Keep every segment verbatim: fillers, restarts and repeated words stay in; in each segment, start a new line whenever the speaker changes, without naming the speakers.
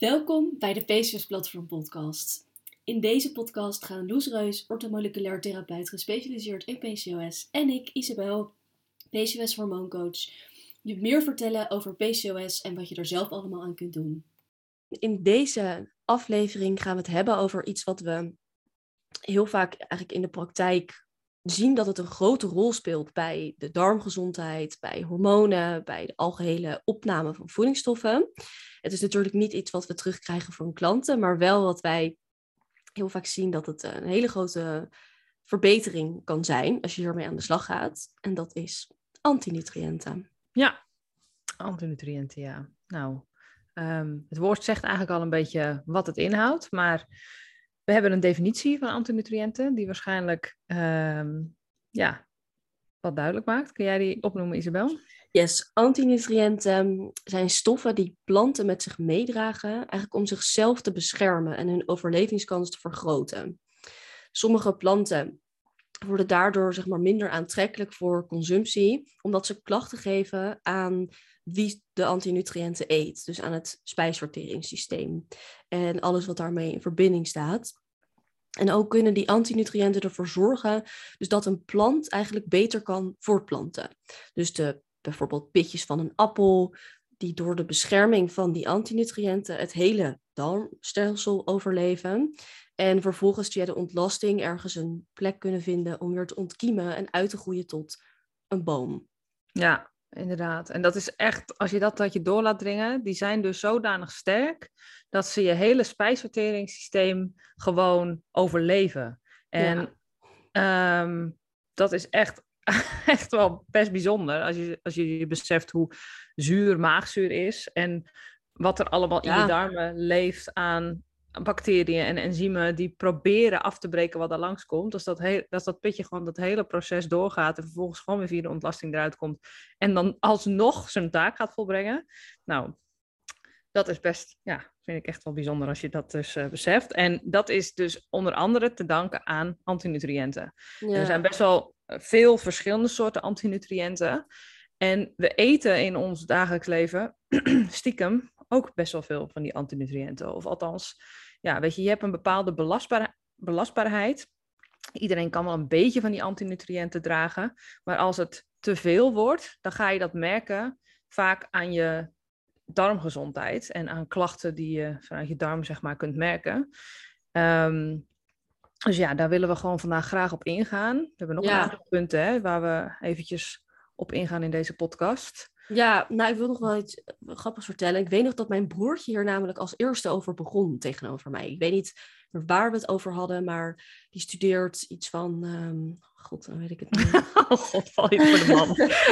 Welkom bij de P C O S Platform podcast. In deze podcast gaan Loes Reus, orthomoleculair therapeut gespecialiseerd in P C O S, en ik, Isabel, P C O S hormooncoach, je meer vertellen over P C O S en wat je er zelf allemaal aan kunt doen. In deze aflevering gaan we het hebben over iets wat we heel vaak eigenlijk in de praktijk zien dat het een grote rol speelt bij de darmgezondheid, bij hormonen, bij de algehele opname van voedingsstoffen. Het is natuurlijk niet iets wat we terugkrijgen van klanten, maar wel wat wij heel vaak zien dat het een hele grote verbetering kan zijn als je hiermee aan de slag gaat. En dat is antinutriënten.
Ja, antinutriënten, ja. Nou, um, het woord zegt eigenlijk al een beetje wat het inhoudt, maar we hebben een definitie van antinutriënten die waarschijnlijk um, ja, wat duidelijk maakt. Kun jij die opnoemen, Isabel?
Yes, antinutriënten zijn stoffen die planten met zich meedragen, eigenlijk om zichzelf te beschermen en hun overlevingskans te vergroten. Sommige planten worden daardoor zeg maar, minder aantrekkelijk voor consumptie, omdat ze klachten geven aan wie de antinutriënten eet, dus aan het spijsverteringssysteem en alles wat daarmee in verbinding staat. En ook kunnen die antinutriënten ervoor zorgen dus dat een plant eigenlijk beter kan voortplanten. Dus de bijvoorbeeld pitjes van een appel, die door de bescherming van die antinutriënten het hele darmstelsel overleven. En vervolgens via de ontlasting ergens een plek kunnen vinden om weer te ontkiemen en uit te groeien tot een boom.
Ja, inderdaad. En dat is echt, als je dat tot je door laat dringen, die zijn dus zodanig sterk dat ze je hele spijsverteringssysteem gewoon overleven. En ja. um, dat is echt, echt wel best bijzonder als je, als je je beseft hoe zuur maagzuur is en wat er allemaal ja. in je darmen leeft aan bacteriën en enzymen die proberen af te breken wat er langskomt. Dus dat, he- dat dat pitje gewoon dat hele proces doorgaat en vervolgens gewoon weer via de ontlasting eruit komt. En dan alsnog zijn taak gaat volbrengen. Nou, dat is best, ja, vind ik echt wel bijzonder als je dat dus uh, beseft. En dat is dus onder andere te danken aan antinutriënten. Ja. Er zijn best wel veel verschillende soorten antinutriënten. En we eten in ons dagelijks leven stiekem ook best wel veel van die antinutriënten. Of althans, ja, weet je, je hebt een bepaalde belastbaar, belastbaarheid. Iedereen kan wel een beetje van die antinutriënten dragen. Maar als het te veel wordt, dan ga je dat merken vaak aan je darmgezondheid. En aan klachten die je vanuit je darm, zeg maar, kunt merken. Um, dus ja, daar willen we gewoon vandaag graag op ingaan. We hebben nog ja. een aantal punten hè, waar we eventjes op ingaan in deze podcast.
Ja, nou, ik wil nog wel iets grappigs vertellen. Ik weet nog dat mijn broertje hier namelijk als eerste over begon tegenover mij. Ik weet niet waar we het over hadden, maar die studeert iets van... Um, God, dan weet ik het niet.
Oh God, val je voor de man.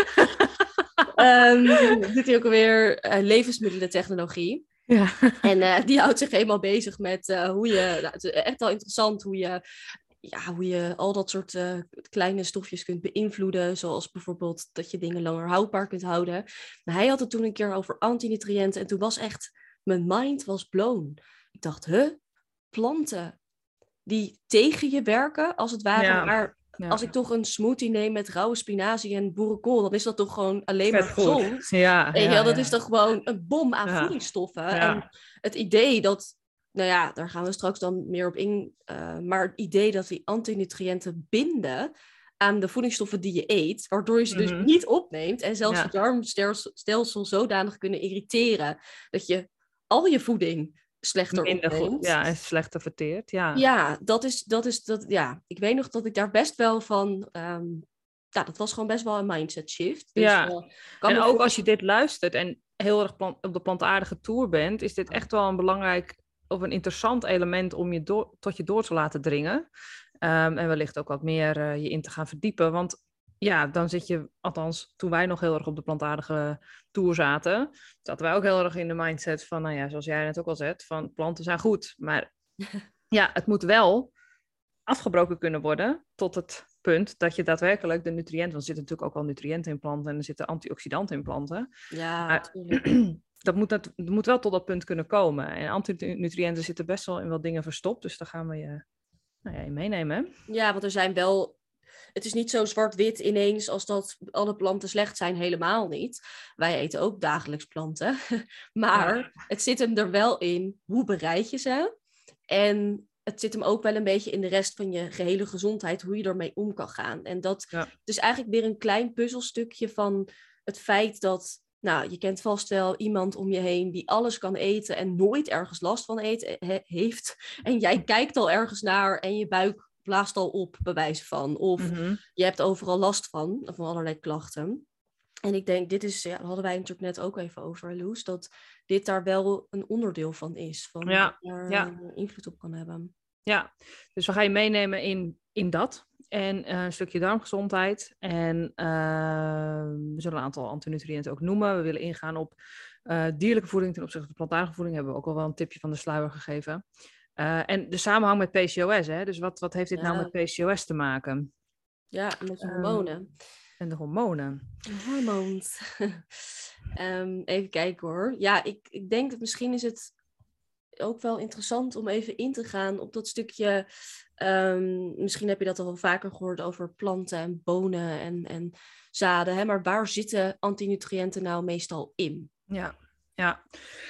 um, doet hij ook alweer uh, levensmiddelentechnologie.
Ja.
En uh, die houdt zich helemaal bezig met uh, hoe je... Nou, het is echt wel interessant hoe je... Ja, hoe je al dat soort uh, kleine stofjes kunt beïnvloeden. Zoals bijvoorbeeld dat je dingen langer houdbaar kunt houden. Maar hij had het toen een keer over antinutriënten. En toen was echt... Mijn mind was blown. Ik dacht, huh? Planten die tegen je werken, als het ware. Ja. Maar ja. als ik toch een smoothie neem met rauwe spinazie en boerenkool, dan is dat toch gewoon alleen maar gezond.
Ja,
en
ja,
ja, dat
ja.
is toch gewoon een bom aan ja. voedingsstoffen. Ja. En het idee dat... Nou ja, daar gaan we straks dan meer op in. Uh, maar het idee dat die antinutriënten binden aan de voedingsstoffen die je eet, waardoor je ze mm-hmm. dus niet opneemt en zelfs ja. je darmstelsel zodanig kunnen irriteren dat je al je voeding slechter
Minder
opneemt.
Goed, ja, en slechter verteert. Ja,
ja dat is, dat is, dat, ja. Ik weet nog dat ik daar best wel van... Um, ja, dat was gewoon best wel een mindset shift. Dus,
ja,
uh,
en ook voor... als je dit luistert en heel erg plant, op de plantaardige tour bent, is dit echt wel een belangrijk of een interessant element om je door, tot je door te laten dringen. Um, en wellicht ook wat meer uh, je in te gaan verdiepen. Want ja, dan zit je, althans toen wij nog heel erg op de plantaardige tour zaten, zaten wij ook heel erg in de mindset van, nou ja, zoals jij net ook al zegt, van planten zijn goed. Maar ja, het moet wel afgebroken kunnen worden tot het punt dat je daadwerkelijk de nutriënten, want er zitten natuurlijk ook al nutriënten in planten en er zitten antioxidanten in planten.
Ja,
maar, natuurlijk. Dat moet, dat, dat moet wel tot dat punt kunnen komen. En antinutriënten zitten best wel in wat dingen verstopt. Dus daar gaan we je, nou ja, je meenemen.
Ja, want er zijn wel... het is niet zo zwart-wit ineens als dat alle planten slecht zijn, helemaal niet. Wij eten ook dagelijks planten. Maar ja. Het zit hem er wel in, hoe bereid je ze? En het zit hem ook wel een beetje in de rest van je gehele gezondheid, hoe je ermee om kan gaan. En dat ja. Het is eigenlijk weer een klein puzzelstukje van het feit dat, nou, je kent vast wel iemand om je heen die alles kan eten en nooit ergens last van eten he- heeft. En jij kijkt al ergens naar en je buik blaast al op, bij wijze van. Of mm-hmm. je hebt overal last van, van allerlei klachten. En ik denk, dit is, ja, daar hadden wij natuurlijk net ook even over, Loes, dat dit daar wel een onderdeel van is. Van
ja.
daar
ja.
invloed op kan hebben.
Ja, dus we gaan je meenemen in, in dat. En uh, een stukje darmgezondheid. En uh, we zullen een aantal antinutriënten ook noemen. We willen ingaan op uh, dierlijke voeding ten opzichte van plantaardige voeding. Hebben we ook al wel een tipje van de sluier gegeven. Uh, en de samenhang met P C O S. Hè? Dus wat, wat heeft dit ja. nou met P C O S te maken?
Ja, met de hormonen. Um,
en de hormonen.
De hormoons. um, even kijken hoor. Ja, ik, ik denk dat misschien is het ook wel interessant om even in te gaan op dat stukje. Um, misschien heb je dat al wel vaker gehoord over planten en bonen en, en zaden. Hè? Maar waar zitten antinutriënten nou meestal in?
Ja, ja.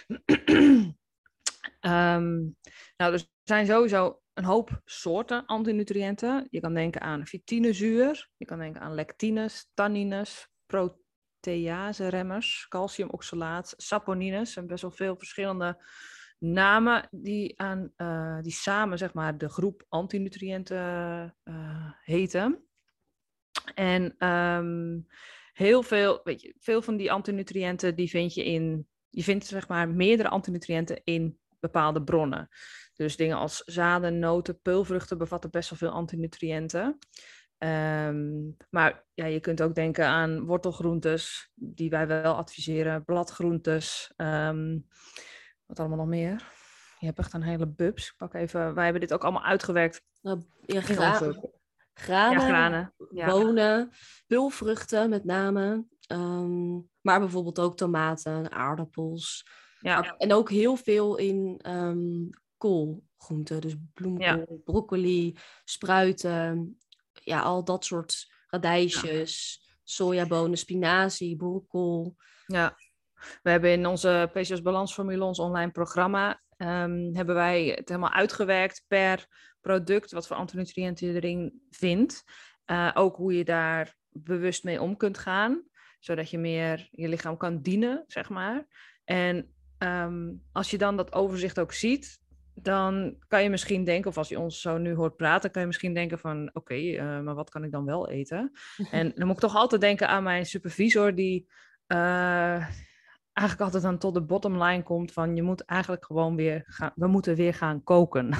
um, nou, er zijn sowieso een hoop soorten antinutriënten. Je kan denken aan vitinezuur, je kan denken aan lectines, tannines, protease-remmers, calciumoxalaat, saponines. En best wel veel verschillende namen die, aan, uh, die samen zeg maar, de groep antinutriënten uh, heten. En um, heel veel, weet je, veel van die antinutriënten die vind je in, je vindt zeg maar meerdere antinutriënten in bepaalde bronnen. Dus dingen als zaden, noten, peulvruchten bevatten best wel veel antinutriënten. Um, maar ja, je kunt ook denken aan wortelgroentes, die wij wel adviseren, bladgroentes. Um, wat allemaal nog meer? Je hebt echt een hele bubs. Ik pak even, wij hebben dit ook allemaal uitgewerkt.
Nou, ja, gra- granen,
ja, granen, ja.
bonen, peulvruchten met name. Um, maar bijvoorbeeld ook tomaten, aardappels.
Ja.
Maar, en ook heel veel in um, koolgroenten. Dus bloemkool, ja. broccoli, spruiten. Ja, al dat soort radijsjes, ja. sojabonen, spinazie, boerenkool.
Ja, we hebben in onze P C O S Balansformule, ons online programma, um, hebben wij het helemaal uitgewerkt per product, wat voor antinutriënten je erin vindt. Uh, ook hoe je daar bewust mee om kunt gaan, zodat je meer je lichaam kan dienen, zeg maar. En um, als je dan dat overzicht ook ziet, dan kan je misschien denken, of als je ons zo nu hoort praten, kan je misschien denken van, oké, okay, uh, maar wat kan ik dan wel eten? En dan moet ik toch altijd denken aan mijn supervisor, die uh, eigenlijk altijd dan tot de bottom line komt van, je moet eigenlijk gewoon weer gaan, we moeten weer gaan koken.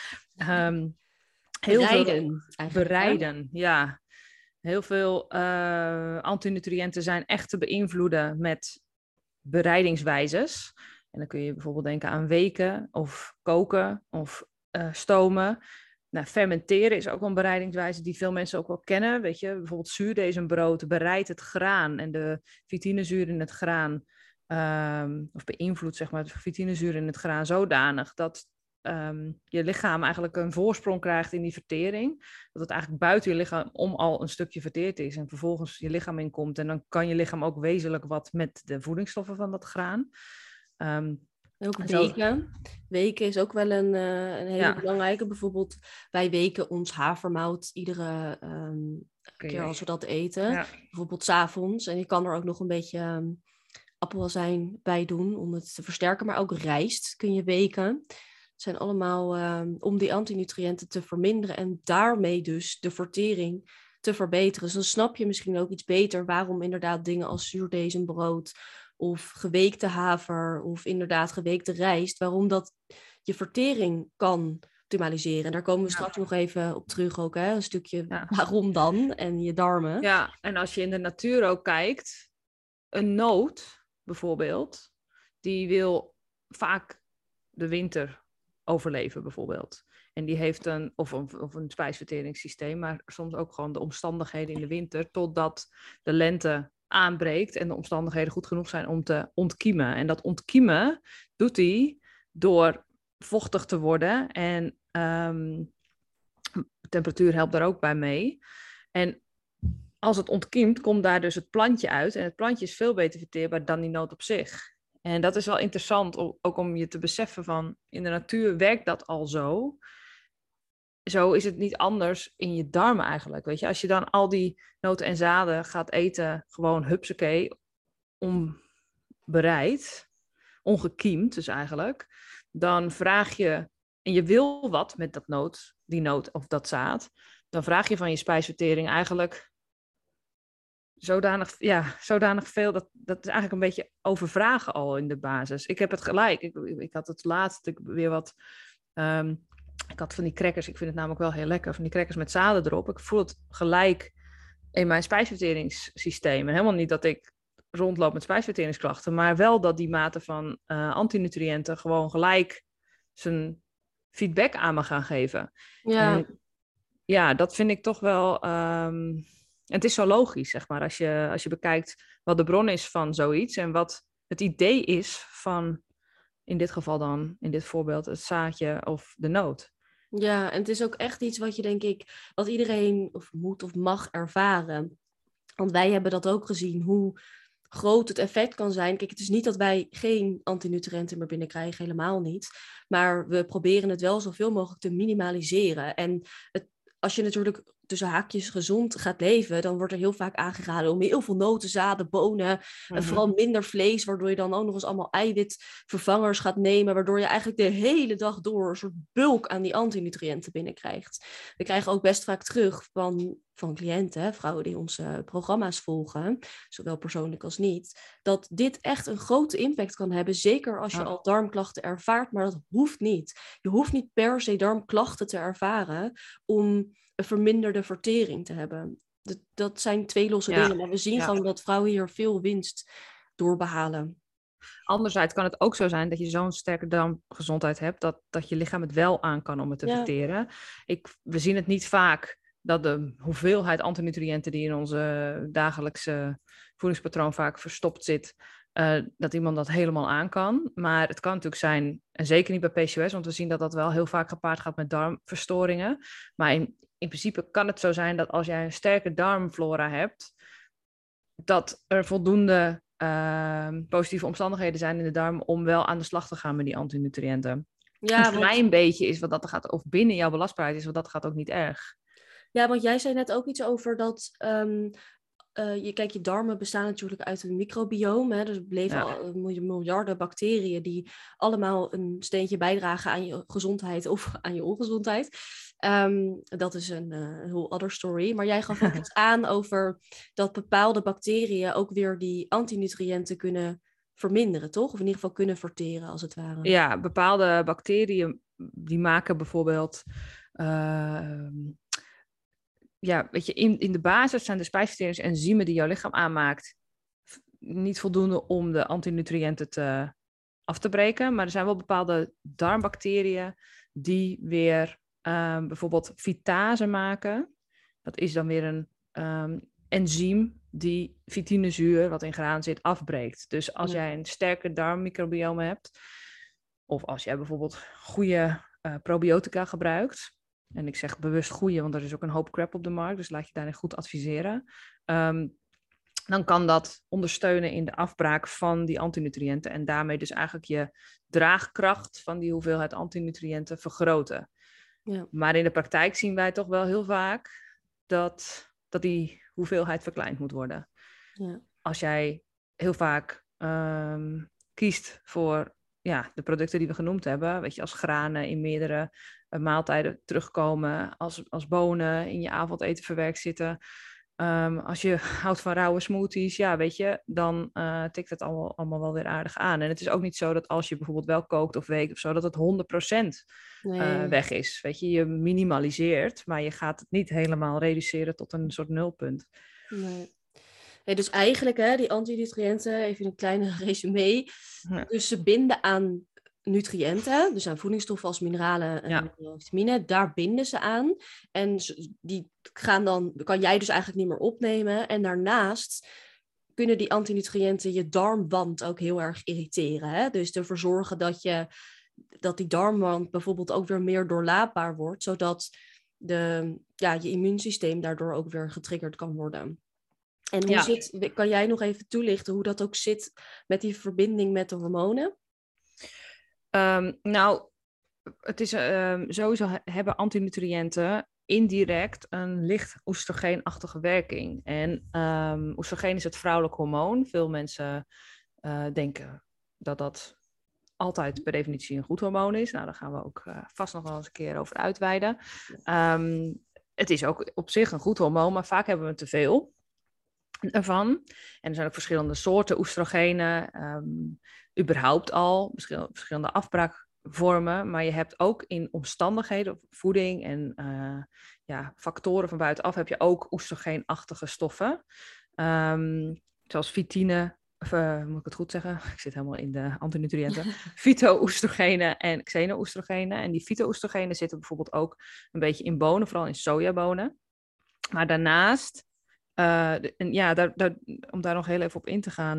um, heel
bereiden.
Veel bereiden, hè? Ja. Heel veel uh, antinutriënten zijn echt te beïnvloeden met bereidingswijzes. En dan kun je bijvoorbeeld denken aan weken of koken of uh, stomen. Nou, fermenteren is ook wel een bereidingswijze die veel mensen ook wel kennen. Weet je, bijvoorbeeld zuurdesembrood bereidt het graan en de vitinezuur in het graan, um, of beïnvloedt zeg maar de vitinezuur in het graan zodanig dat um, je lichaam eigenlijk een voorsprong krijgt in die vertering. Dat het eigenlijk buiten je lichaam om al een stukje verteerd is en vervolgens je lichaam inkomt. En dan kan je lichaam ook wezenlijk wat met de voedingsstoffen van dat graan. Um,
ook weken. Weken is ook wel een, uh, een hele ja. belangrijke. Bijvoorbeeld, wij weken ons havermout iedere um, okay. keer als we dat eten. Ja. Bijvoorbeeld 's avonds. En je kan er ook nog een beetje um, appelazijn bij doen om het te versterken. Maar ook rijst kun je weken. Het zijn allemaal um, om die antinutriënten te verminderen. En daarmee dus de vertering te verbeteren. Dus dan snap je misschien ook iets beter waarom inderdaad dingen als zuurdesembrood of geweekte haver of inderdaad geweekte rijst, waarom dat je vertering kan optimaliseren. En daar komen we ja. straks nog even op terug ook, hè? Een stukje ja. waarom dan en je darmen.
Ja, en als je in de natuur ook kijkt, een noot bijvoorbeeld, die wil vaak de winter overleven bijvoorbeeld. En die heeft een, of een, of een spijsverteringssysteem, maar soms ook gewoon de omstandigheden in de winter, totdat de lente aanbreekt en de omstandigheden goed genoeg zijn om te ontkiemen. En dat ontkiemen doet hij door vochtig te worden en um, temperatuur helpt daar ook bij mee. En als het ontkiemt, komt daar dus het plantje uit. En het plantje is veel beter verteerbaar dan die noot op zich. En dat is wel interessant, ook om je te beseffen van... in de natuur werkt dat al zo. Zo is het niet anders in je darmen eigenlijk. Weet je? Als je dan al die noten en zaden gaat eten, gewoon hupsakee, onbereid, ongekiemd dus eigenlijk... dan vraag je, en je wil wat met dat noot, die noot of dat zaad... dan vraag je van je spijsvertering eigenlijk... Zodanig, ja, zodanig veel, dat, dat is eigenlijk een beetje overvragen al in de basis. Ik heb het gelijk. Ik, ik had het laatst ik, weer wat... Um, ik had van die crackers, ik vind het namelijk wel heel lekker, van die crackers met zaden erop. Ik voel het gelijk in mijn spijsverteringssysteem. En helemaal niet dat ik rondloop met spijsverteringsklachten, maar wel dat die mate van uh, antinutriënten gewoon gelijk zijn feedback aan me gaan geven.
Ja.
En ja, dat vind ik toch wel... Um, En het is zo logisch, zeg maar, als je, als je bekijkt wat de bron is van zoiets en wat het idee is van, in dit geval dan, in dit voorbeeld, het zaadje of de noot.
Ja, en het is ook echt iets wat je, denk ik, wat iedereen of moet of mag ervaren. Want wij hebben dat ook gezien, hoe groot het effect kan zijn. Kijk, het is niet dat wij geen antinutriënten meer binnenkrijgen, helemaal niet. Maar we proberen het wel zoveel mogelijk te minimaliseren. En het, als je natuurlijk tussen haakjes gezond gaat leven, dan wordt er heel vaak aangeraden om heel veel noten, zaden, bonen, mm-hmm. en vooral minder vlees, waardoor je dan ook nog eens allemaal eiwitvervangers gaat nemen, waardoor je eigenlijk de hele dag door een soort bulk aan die antinutriënten binnenkrijgt. We krijgen ook best vaak terug van, van cliënten, vrouwen die onze programma's volgen, zowel persoonlijk als niet, dat dit echt een grote impact kan hebben, zeker als je ja. al darmklachten ervaart, maar dat hoeft niet. Je hoeft niet per se darmklachten te ervaren om een verminderde vertering te hebben. Dat, dat zijn twee losse ja. dingen. Maar we zien ja. gewoon dat vrouwen hier veel winst door behalen.
Anderzijds kan het ook zo zijn dat je zo'n sterke darmgezondheid hebt, dat, dat je lichaam het wel aan kan om het te ja. verteren. Ik, we zien het niet vaak dat de hoeveelheid antinutriënten die in onze dagelijkse voedingspatroon vaak verstopt zit, uh, dat iemand dat helemaal aan kan. Maar het kan natuurlijk zijn, en zeker niet bij P C O S, want we zien dat dat wel heel vaak gepaard gaat met darmverstoringen. Maar in In principe kan het zo zijn dat als jij een sterke darmflora hebt, dat er voldoende uh, positieve omstandigheden zijn in de darm om wel aan de slag te gaan met die antinutriënten. Ja, een klein want... beetje is wat dat gaat, of binnen jouw belastbaarheid is wat dat gaat ook niet erg.
Ja, want jij zei net ook iets over dat... Um... Uh, je, kijk, je darmen bestaan natuurlijk uit een microbioom. Hè? Dus er leven ja. al miljarden bacteriën die allemaal een steentje bijdragen aan je gezondheid of aan je ongezondheid. Um, dat is een uh, whole other story. Maar jij gaf ook iets aan over dat bepaalde bacteriën ook weer die antinutriënten kunnen verminderen, toch? Of in ieder geval kunnen verteren, als het ware.
Ja, bepaalde bacteriën die maken bijvoorbeeld... Uh, Ja, weet je, in, in de basis zijn de spijsverteringsenzymen die jouw lichaam aanmaakt niet voldoende om de antinutriënten te, af te breken. Maar er zijn wel bepaalde darmbacteriën die weer um, bijvoorbeeld fitase maken. Dat is dan weer een um, enzym die fitinezuur, wat in graan zit, afbreekt. Dus als ja. jij een sterke darmmicrobiome hebt, of als jij bijvoorbeeld goede uh, probiotica gebruikt... En ik zeg bewust goeie, want er is ook een hoop crap op de markt. Dus laat je daarin goed adviseren. Um, dan kan dat ondersteunen in de afbraak van die antinutriënten. En daarmee dus eigenlijk je draagkracht van die hoeveelheid antinutriënten vergroten. Ja. Maar in de praktijk zien wij toch wel heel vaak dat, dat die hoeveelheid verkleind moet worden. Ja. Als jij heel vaak um, kiest voor ja, de producten die we genoemd hebben. Weet je, als granen in meerdere uh, maaltijden terugkomen. Als, als bonen in je avondeten verwerkt zitten. Um, als je houdt van rauwe smoothies, ja, weet je, dan uh, tikt het allemaal, allemaal wel weer aardig aan. En het is ook niet zo dat als je bijvoorbeeld wel kookt of weekt of zo, dat het honderd procent nee. uh, weg is. Weet je, je minimaliseert, maar je gaat het niet helemaal reduceren tot een soort nulpunt.
Nee. Nee, dus eigenlijk, hè, die antinutriënten, even een kleine resume. Ja. Dus ze binden aan nutriënten, dus aan voedingsstoffen als mineralen en ja. vitamine, daar binden ze aan. En die gaan dan, kan jij dus eigenlijk niet meer opnemen. En daarnaast kunnen die antinutriënten je darmwand ook heel erg irriteren. Hè? Dus ervoor zorgen dat, je, dat die darmwand bijvoorbeeld ook weer meer doorlaatbaar wordt, zodat de, ja, je immuunsysteem daardoor ook weer getriggerd kan worden. En hoe
Ja.
zit, kan jij nog even toelichten hoe dat ook zit met die verbinding met de hormonen?
Um, nou, het is um, sowieso hebben antinutriënten indirect een licht oestrogeenachtige werking. En um, oestrogeen is het vrouwelijk hormoon. Veel mensen uh, denken dat dat altijd per definitie een goed hormoon is. Nou, daar gaan we ook uh, vast nog wel eens een keer over uitweiden. Um, het is ook op zich een goed hormoon, maar vaak hebben we te veel ervan. En er zijn ook verschillende soorten oestrogenen, um, überhaupt al, verschillende afbraakvormen, maar je hebt ook in omstandigheden, voeding en uh, ja, factoren van buitenaf, heb je ook oestrogeenachtige stoffen, um, zoals fytine, of uh, moet ik het goed zeggen? Ik zit helemaal in de antinutriënten. Fyto-oestrogenen en xeno-oestrogenen. En die fyto-oestrogenen zitten bijvoorbeeld ook een beetje in bonen, vooral in sojabonen. Maar daarnaast, uh, en ja, daar, daar, om daar nog heel even op in te gaan,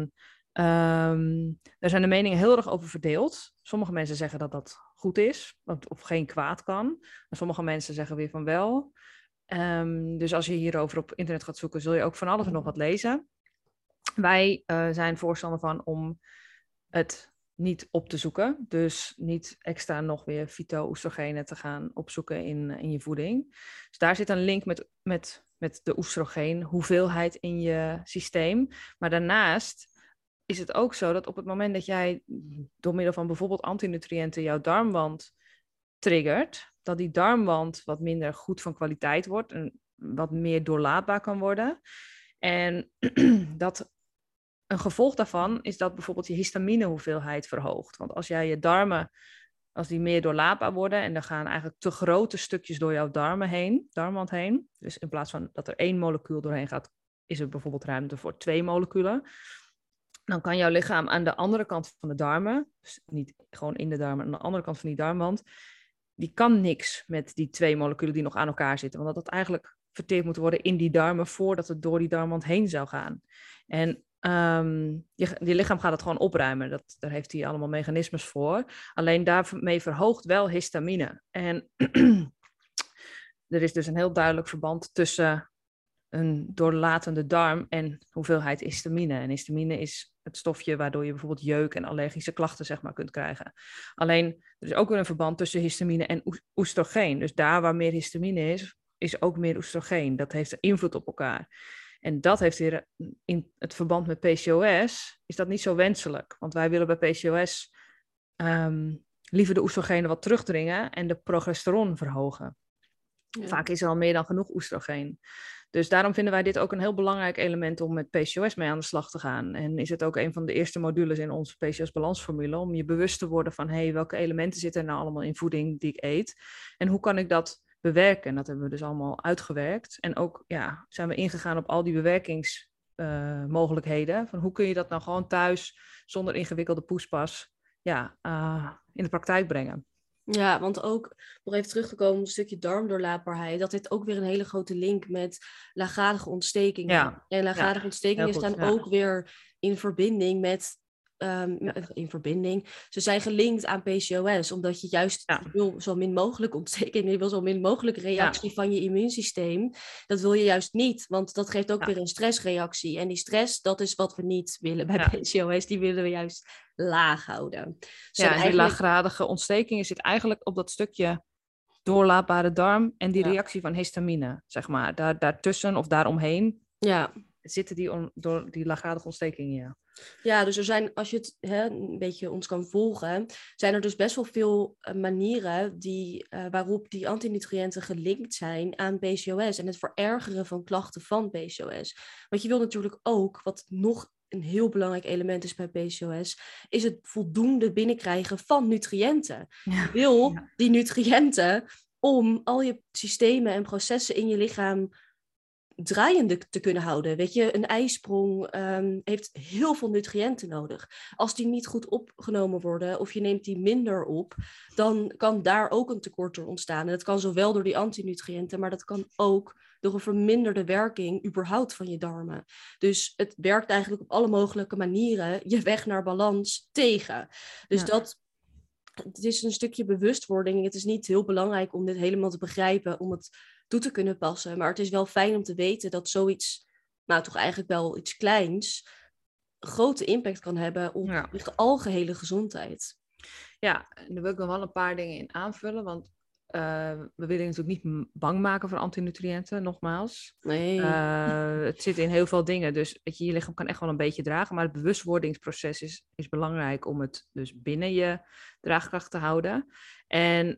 um, daar zijn de meningen heel erg over verdeeld. Sommige mensen zeggen dat dat goed is, of geen kwaad kan. En sommige mensen zeggen weer van wel. Um, dus als je hierover op internet gaat zoeken, zul je ook van alles en nog wat lezen. Wij uh, zijn voorstander van om het niet op te zoeken. Dus niet extra nog weer fyto-oestrogenen te gaan opzoeken in, in je voeding. Dus daar zit een link met, met, met de oestrogeen, hoeveelheid in je systeem. Maar daarnaast is het ook zo dat op het moment dat jij door middel van bijvoorbeeld antinutriënten jouw darmwand triggert, dat die darmwand wat minder goed van kwaliteit wordt en wat meer doorlaatbaar kan worden. En dat een gevolg daarvan is dat bijvoorbeeld je histaminehoeveelheid verhoogt. Want als jij je darmen, als die meer doorlaatbaar worden en er gaan eigenlijk te grote stukjes door jouw darmen heen, darmwand heen, dus in plaats van dat er één molecuul doorheen gaat, is er bijvoorbeeld ruimte voor twee moleculen. Dan kan jouw lichaam aan de andere kant van de darmen, dus niet gewoon in de darmen, aan de andere kant van die darmwand, die kan niks met die twee moleculen die nog aan elkaar zitten. Want dat het eigenlijk verteerd moet worden in die darmen voordat het door die darmwand heen zou gaan. En um, je, je lichaam gaat het gewoon opruimen. Dat, daar heeft hij allemaal mechanismes voor. Alleen daarmee verhoogt wel histamine. En er is dus een heel duidelijk verband tussen een doorlatende darm en hoeveelheid histamine. En histamine is het stofje waardoor je bijvoorbeeld jeuk en allergische klachten zeg maar kunt krijgen. Alleen, er is ook weer een verband tussen histamine en oestrogeen. Dus daar waar meer histamine is, is ook meer oestrogeen. Dat heeft invloed op elkaar. En dat heeft weer in het verband met P C O S, is dat niet zo wenselijk. Want wij willen bij P C O S um, liever de oestrogenen wat terugdringen en de progesteron verhogen. Ja. Vaak is er al meer dan genoeg oestrogeen. Dus daarom vinden wij dit ook een heel belangrijk element om met P C O S mee aan de slag te gaan. En is het ook een van de eerste modules in onze P C O S-balansformule om je bewust te worden van hey, welke elementen zitten er nou allemaal in voeding die ik eet? En hoe kan ik dat bewerken? En dat hebben we dus allemaal uitgewerkt. En ook ja, zijn we ingegaan op al die bewerkingsmogelijkheden. Uh, van hoe kun je dat nou gewoon thuis zonder ingewikkelde poespas ja, uh, in de praktijk brengen?
Ja, want ook nog even teruggekomen op een stukje darmdoorlaatbaarheid. Dat heeft ook weer een hele grote link met laaggradige ontstekingen.
Ja.
En laaggradige
ja.
ontstekingen staan ja. ook weer in verbinding met... Um, ja. in verbinding. Ze zijn gelinkt aan P C O S, omdat je juist ja. wil zo min mogelijk ontsteking, je wil zo min mogelijk reactie ja. van je immuunsysteem. Dat wil je juist niet, want dat geeft ook ja. weer een stressreactie. En die stress, dat is wat we niet willen bij ja. P C O S, die willen we juist laag houden. Dus
ja, en eigenlijk... die laaggradige ontstekingen zit eigenlijk op dat stukje doorlaatbare darm en die ja. reactie van histamine, zeg maar. Daar, daartussen of daaromheen
ja.
zitten die, on, door, die laaggradige ontstekingen, ja.
Ja, dus er zijn, als je het hè, een beetje ons kan volgen, zijn er dus best wel veel uh, manieren die, uh, waarop die antinutriënten gelinkt zijn aan P C O S en het verergeren van klachten van P C O S. Want je wil natuurlijk ook, wat nog een heel belangrijk element is bij P C O S, is het voldoende binnenkrijgen van nutriënten. Ja. Je wil ja. die nutriënten om al je systemen en processen in je lichaam draaiende te kunnen houden. Weet je, een ijsprong um, heeft heel veel nutriënten nodig. Als die niet goed opgenomen worden of je neemt die minder op, dan kan daar ook een tekort door ontstaan. En dat kan zowel door die antinutriënten, maar dat kan ook door een verminderde werking überhaupt van je darmen. Dus het werkt eigenlijk op alle mogelijke manieren je weg naar balans tegen. Dus ja. dat... Het is een stukje bewustwording. Het is niet heel belangrijk om dit helemaal te begrijpen, om het toe te kunnen passen. Maar het is wel fijn om te weten dat zoiets, nou toch eigenlijk wel iets kleins, grote impact kan hebben op
Ja.
de algehele gezondheid.
Ja, en daar wil ik nog wel een paar dingen in aanvullen, want uh, we willen je natuurlijk niet bang maken voor antinutriënten, nogmaals.
Nee.
Uh, het zit in heel veel dingen, dus weet je, je lichaam kan echt wel een beetje dragen, maar het bewustwordingsproces is, is belangrijk om het dus binnen je draagkracht te houden. En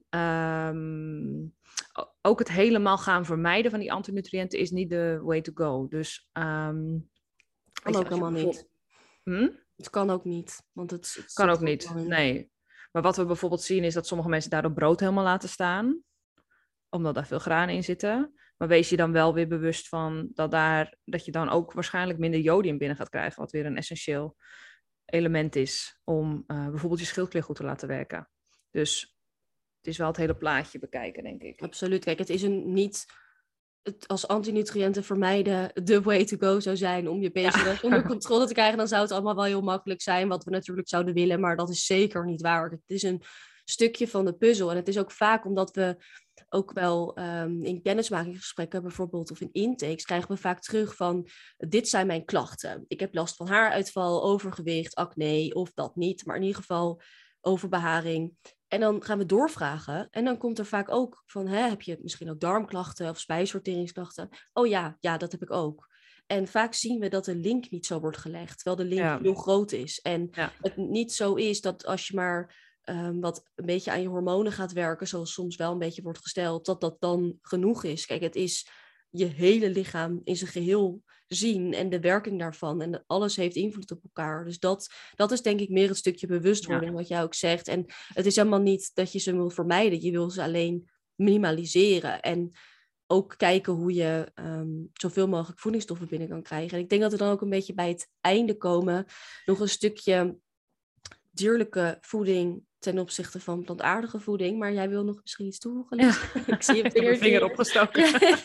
um, ook het helemaal gaan vermijden van die antinutriënten is niet de way to go. Dus um,
kan
je,
ook helemaal niet.
Hm?
Het kan ook niet, want het, het
kan ook niet, nee. Maar wat we bijvoorbeeld zien is dat sommige mensen daardoor brood helemaal laten staan. Omdat daar veel granen in zitten. Maar wees je dan wel weer bewust van dat, daar, dat je dan ook waarschijnlijk minder jodium binnen gaat krijgen. Wat weer een essentieel element is om uh, bijvoorbeeld je schildklier goed te laten werken. Dus het is wel het hele plaatje bekijken, denk ik.
Absoluut. Kijk, het is een niet... Het als antinutriënten vermijden de way to go zou zijn om je P C O S ja. onder controle te krijgen, dan zou het allemaal wel heel makkelijk zijn, wat we natuurlijk zouden willen, maar dat is zeker niet waar. Het is een stukje van de puzzel en het is ook vaak omdat we ook wel um, in kennismakingsgesprekken bijvoorbeeld of in intakes krijgen we vaak terug van dit zijn mijn klachten. Ik heb last van haaruitval, overgewicht, acne of dat niet, maar in ieder geval overbeharing. En dan gaan we doorvragen. En dan komt er vaak ook van, hè, heb je misschien ook darmklachten of spijsverteringsklachten? Oh ja, ja, dat heb ik ook. En vaak zien we dat de link niet zo wordt gelegd, terwijl de link ja. heel groot is. En ja. het niet zo is dat als je maar um, wat een beetje aan je hormonen gaat werken, zoals soms wel een beetje wordt gesteld, dat dat dan genoeg is. Kijk, het is je hele lichaam in zijn geheel zien en de werking daarvan. En alles heeft invloed op elkaar. Dus dat, dat is denk ik meer het stukje bewustwording, ja. wat jij ook zegt. En het is helemaal niet dat je ze wil vermijden. Je wil ze alleen minimaliseren. En ook kijken hoe je um, zoveel mogelijk voedingsstoffen binnen kan krijgen. En ik denk dat we dan ook een beetje bij het einde komen. Nog een stukje dierlijke voeding ten opzichte van plantaardige voeding. Maar jij wil nog misschien iets toevoegen?
Ja. Ik zie je vinger, vinger opgestoken.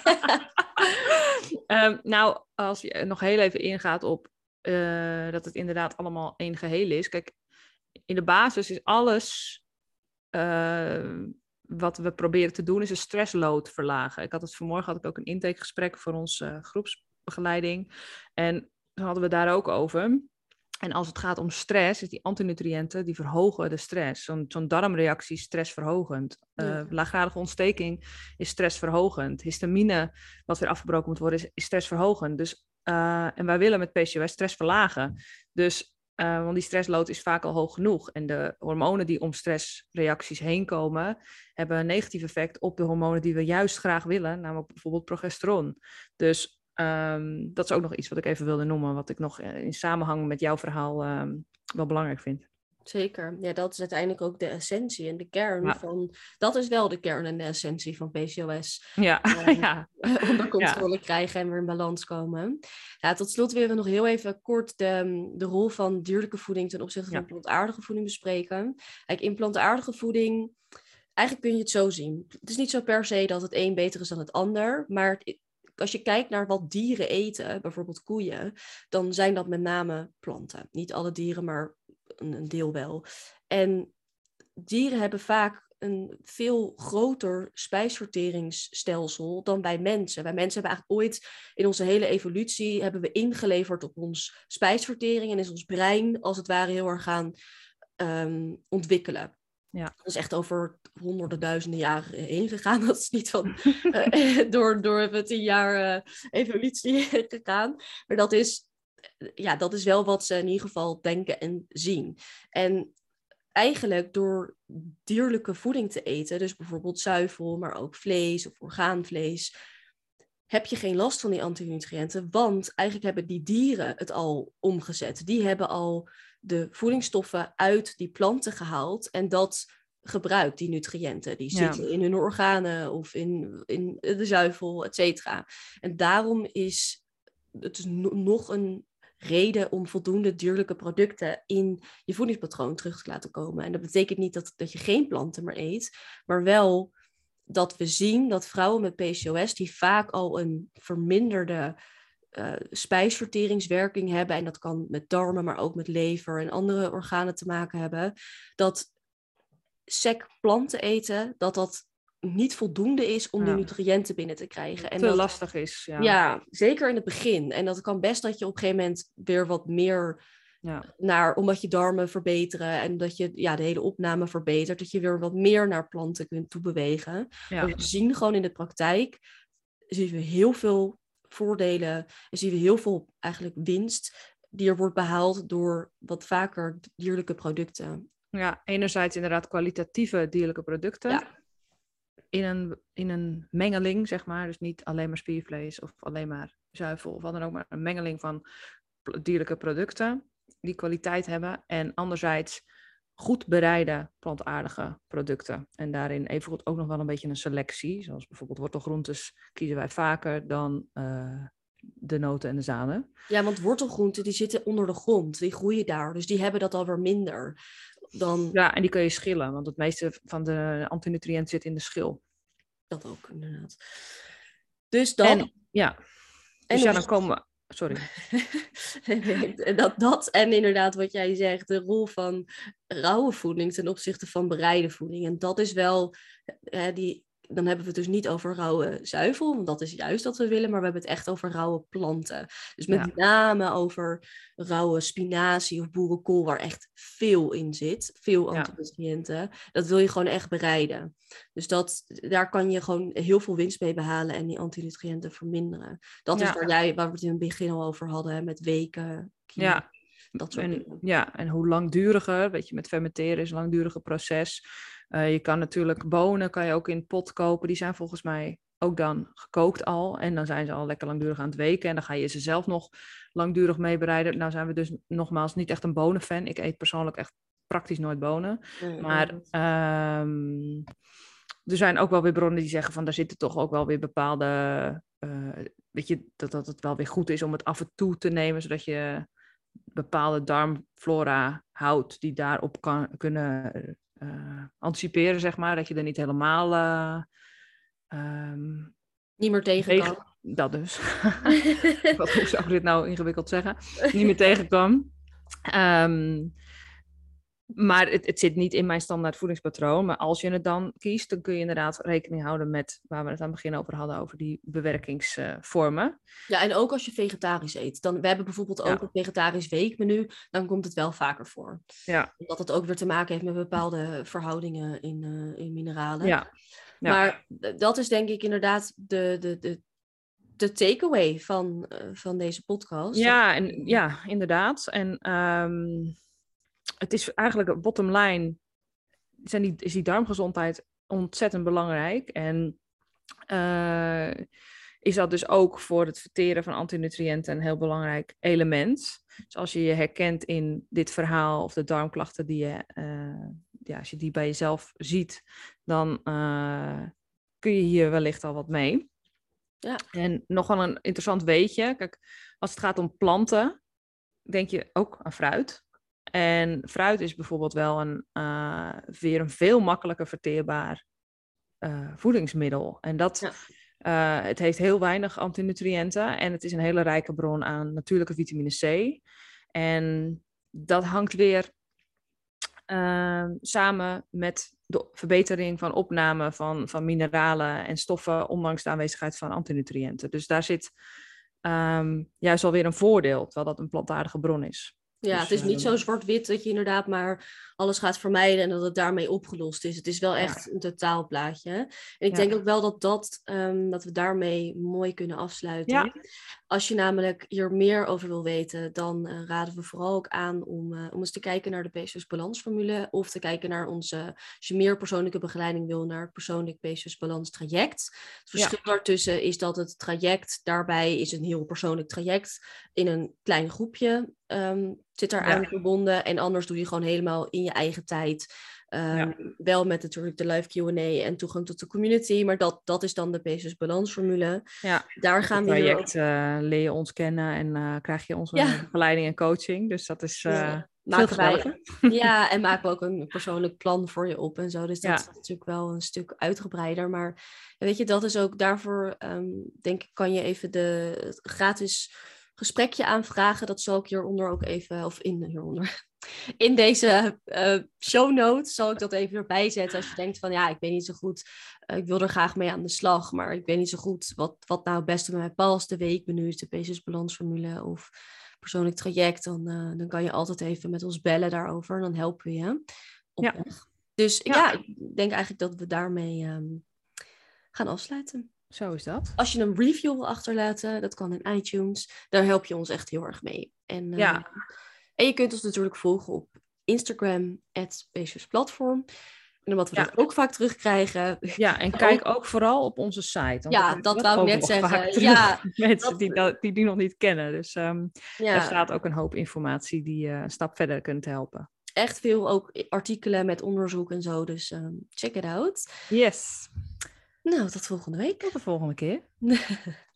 um, nou, als je nog heel even ingaat op uh, dat het inderdaad allemaal één geheel is. Kijk, in de basis is alles uh, wat we proberen te doen, is een stressload verlagen. Ik had het vanmorgen had ik ook een intakegesprek voor onze uh, groepsbegeleiding. En toen hadden we daar ook over. En als het gaat om stress, is die antinutriënten, die verhogen de stress. Zo'n, zo'n darmreactie is stressverhogend. Uh, ja. Laaggradige ontsteking is stressverhogend. Histamine, wat weer afgebroken moet worden, is, is stressverhogend. Dus, uh, en wij willen met P C O S stress verlagen. Dus, uh, want die stressload is vaak al hoog genoeg. En de hormonen die om stressreacties heen komen, hebben een negatief effect op de hormonen die we juist graag willen. Namelijk bijvoorbeeld progesteron. Dus... Um, dat is ook nog iets wat ik even wilde noemen, wat ik nog in samenhang met jouw verhaal um, wel belangrijk vind.
Zeker. Ja, dat is uiteindelijk ook de essentie en de kern
ja.
van... Dat is wel de kern en de essentie van P C O S.
Ja.
Um,
ja.
Onder controle ja. krijgen en weer in balans komen. Ja, tot slot willen we nog heel even kort de, de rol van dierlijke voeding ten opzichte van ja. plantaardige voeding bespreken. Kijk, in plantaardige voeding... Eigenlijk kun je het zo zien. Het is niet zo per se dat het een beter is dan het ander, maar... Het, als je kijkt naar wat dieren eten, bijvoorbeeld koeien, dan zijn dat met name planten. Niet alle dieren, maar een, een deel wel. En dieren hebben vaak een veel groter spijsverteringsstelsel dan wij mensen. Wij mensen hebben eigenlijk ooit in onze hele evolutie hebben we ingeleverd op ons spijsvertering en is ons brein als het ware heel erg gaan um, ontwikkelen.
Ja.
Dat is echt over honderden duizenden jaren heen gegaan. Dat is niet van uh, door, door even tien jaar uh, evolutie gegaan. Maar dat is, ja, dat is wel wat ze in ieder geval denken en zien. En eigenlijk door dierlijke voeding te eten, dus bijvoorbeeld zuivel, maar ook vlees of orgaanvlees, heb je geen last van die antinutriënten. Want eigenlijk hebben die dieren het al omgezet. Die hebben al de voedingsstoffen uit die planten gehaald en dat gebruikt, die nutriënten. Die zitten ja. in hun organen of in, in de zuivel, et cetera. En daarom is het no- nog een reden om voldoende dierlijke producten in je voedingspatroon terug te laten komen. En dat betekent niet dat, dat je geen planten meer eet, maar wel dat we zien dat vrouwen met P C O S, die vaak al een verminderde Uh, spijsverteringswerking hebben, en dat kan met darmen, maar ook met lever en andere organen te maken hebben, dat sec planten eten, dat dat niet voldoende is om
Ja.
de nutriënten binnen te krijgen. En
te
dat,
lastig is. Ja.
ja, zeker in het begin. En dat kan best dat je op een gegeven moment weer wat meer
Ja.
naar, omdat je darmen verbeteren en dat je ja, de hele opname verbetert, dat je weer wat meer naar planten kunt toebewegen.
Ja.
Maar we zien gewoon in de praktijk, zien we heel veel voordelen en zien we heel veel eigenlijk winst die er wordt behaald door wat vaker dierlijke producten.
Ja, enerzijds inderdaad kwalitatieve dierlijke producten.
Ja.
In een, in een mengeling, zeg maar. Dus niet alleen maar spiervlees of alleen maar zuivel of wat dan ook, maar een mengeling van dierlijke producten die kwaliteit hebben. En anderzijds goed bereide plantaardige producten. En daarin evengoed ook nog wel een beetje een selectie. Zoals bijvoorbeeld wortelgroentes kiezen wij vaker dan uh, de noten en de zaden.
Ja, want wortelgroenten die zitten onder de grond. Die groeien daar. Dus die hebben dat alweer minder. Dan...
Ja, en die kun je schillen. Want het meeste van de antinutriënt zit in de schil.
Dat ook, inderdaad. Dus dat...
En, ja. Dus
en
ja, dan komen we... Sorry.
dat, dat en inderdaad wat jij zegt, de rol van rauwe voeding ten opzichte van bereide voeding. En dat is wel, hè, die, dan hebben we het dus niet over rauwe zuivel, want dat is juist wat we willen, maar we hebben het echt over rauwe planten. Dus met
Ja.
name over rauwe spinazie of boerenkool, waar echt veel in zit, veel antinutriënten. Ja. Dat wil je gewoon echt bereiden. Dus dat, daar kan je gewoon heel veel winst mee behalen en die antinutriënten verminderen. Dat ja. is waar, jij, waar we het in het begin al over hadden, hè, met weken, kilo,
ja.
dat soort
en,
dingen.
Ja, en hoe langduriger, weet je, met fermenteren is een langduriger proces. Uh, je kan natuurlijk bonen, kan je ook in pot kopen. Die zijn volgens mij ook dan gekookt al. En dan zijn ze al lekker langdurig aan het weken. En dan ga je ze zelf nog langdurig mee bereiden. Nou zijn we dus nogmaals niet echt een bonenfan. Ik eet persoonlijk echt praktisch nooit bonen. Nee, maar um, er zijn ook wel weer bronnen die zeggen van... daar zitten toch ook wel weer bepaalde... Uh, weet je, dat, dat het wel weer goed is om het af en toe te nemen... zodat je bepaalde darmflora houdt die daarop kan, kunnen... Uh, anticiperen, zeg maar, dat je er niet helemaal uh, um,
niet meer tegen
tegen,
kan.
Dat dus. Wat, hoe zou ik dit nou ingewikkeld zeggen? Niet meer tegen kan. Um, maar het, het zit niet in mijn standaard voedingspatroon. Maar als je het dan kiest, dan kun je inderdaad rekening houden met waar we het aan het begin over hadden, over die bewerkingsvormen. Uh,
ja, en ook als je vegetarisch eet. Dan, we hebben bijvoorbeeld ook ja. een vegetarisch weekmenu, dan komt het wel vaker voor.
Ja.
Omdat het ook weer te maken heeft met bepaalde verhoudingen in, uh, in mineralen.
Ja. Ja.
Maar dat is denk ik inderdaad de, de, de, de takeaway van, uh, van deze podcast.
Ja, en, ja inderdaad. En um, het is eigenlijk bottom line, zijn die, is die darmgezondheid ontzettend belangrijk. En uh, is dat dus ook voor het verteren van antinutriënten een heel belangrijk element. Dus als je je herkent in dit verhaal of de darmklachten die je, uh, ja, als je die bij jezelf ziet, dan uh, kun je hier wellicht al wat mee.
Ja.
En nog wel een interessant weetje. Kijk, als het gaat om planten, denk je ook aan fruit. En fruit is bijvoorbeeld wel een, uh, weer een veel makkelijker verteerbaar uh, voedingsmiddel. En dat, ja. uh, het heeft heel weinig antinutriënten en het is een hele rijke bron aan natuurlijke vitamine C. En dat hangt weer uh, samen met de verbetering van opname van, van mineralen en stoffen, ondanks de aanwezigheid van antinutriënten. Dus daar zit um, juist alweer een voordeel, terwijl dat een plantaardige bron is.
Ja,
dus,
het is niet
uh,
zo zwart-wit dat je inderdaad maar alles gaat vermijden en dat het daarmee opgelost is. Het is wel echt ja. een totaalplaatje. En ik ja. denk ook wel dat, dat, um, dat we daarmee mooi kunnen afsluiten.
Ja.
Als je namelijk hier meer over wil weten, dan uh, raden we vooral ook aan om, uh, om eens te kijken naar de P C O S-balansformule of te kijken naar onze, als je meer persoonlijke begeleiding wil, naar het persoonlijk P C O S-balans-traject. Het verschil ja. daartussen is dat het traject daarbij is een heel persoonlijk traject in een klein groepje. Um, zit daar aan ja. verbonden en anders doe je gewoon helemaal in je eigen tijd. Um, ja. Wel met natuurlijk de live Q en A en toegang tot de community, maar dat, dat is dan de P C O S-balansformule.
Ja,
daar gaan
het
we
traject uh, leer je ons kennen en uh, krijg je onze ja. begeleiding en coaching. Dus dat is uh, ja.
maken wij, ja, en maken we ook een persoonlijk plan voor je op en zo. Dus dat ja. is natuurlijk wel een stuk uitgebreider. Maar weet je, dat is ook daarvoor, um, denk ik, kan je even de gratis gesprekje aanvragen. Dat zal ik hieronder ook even, of in hieronder, in deze uh, show notes zal ik dat even erbij zetten. Als je denkt van ja, ik weet niet zo goed, uh, ik wil er graag mee aan de slag, maar ik weet niet zo goed wat, wat nou het beste bij mij past. De weekmenu is de Bezos-balansformule of persoonlijk traject. Dan, uh, dan kan je altijd even met ons bellen daarover en dan helpen we je op
Ja.
weg. Dus ja.
Ja.
ik denk eigenlijk dat we daarmee um, gaan afsluiten.
Zo is dat.
Als je een review wil achterlaten, dat kan in iTunes. Daar help je ons echt heel erg mee. En, uh,
Ja.
en je kunt ons natuurlijk volgen op Instagram, at Platform. En omdat we ja. dat ook vaak terugkrijgen.
Ja, en kijk ook, ook vooral op onze site.
Ja, dat, dat wou ik net zeggen. Ja,
mensen
dat...
die, dat, die die nog niet kennen. Dus um,
ja.
daar staat ook een hoop informatie die je uh, een stap verder kunt helpen.
Echt veel ook artikelen met onderzoek en zo. Dus um, check it out.
Yes.
Nou, tot volgende week.
Tot de volgende keer.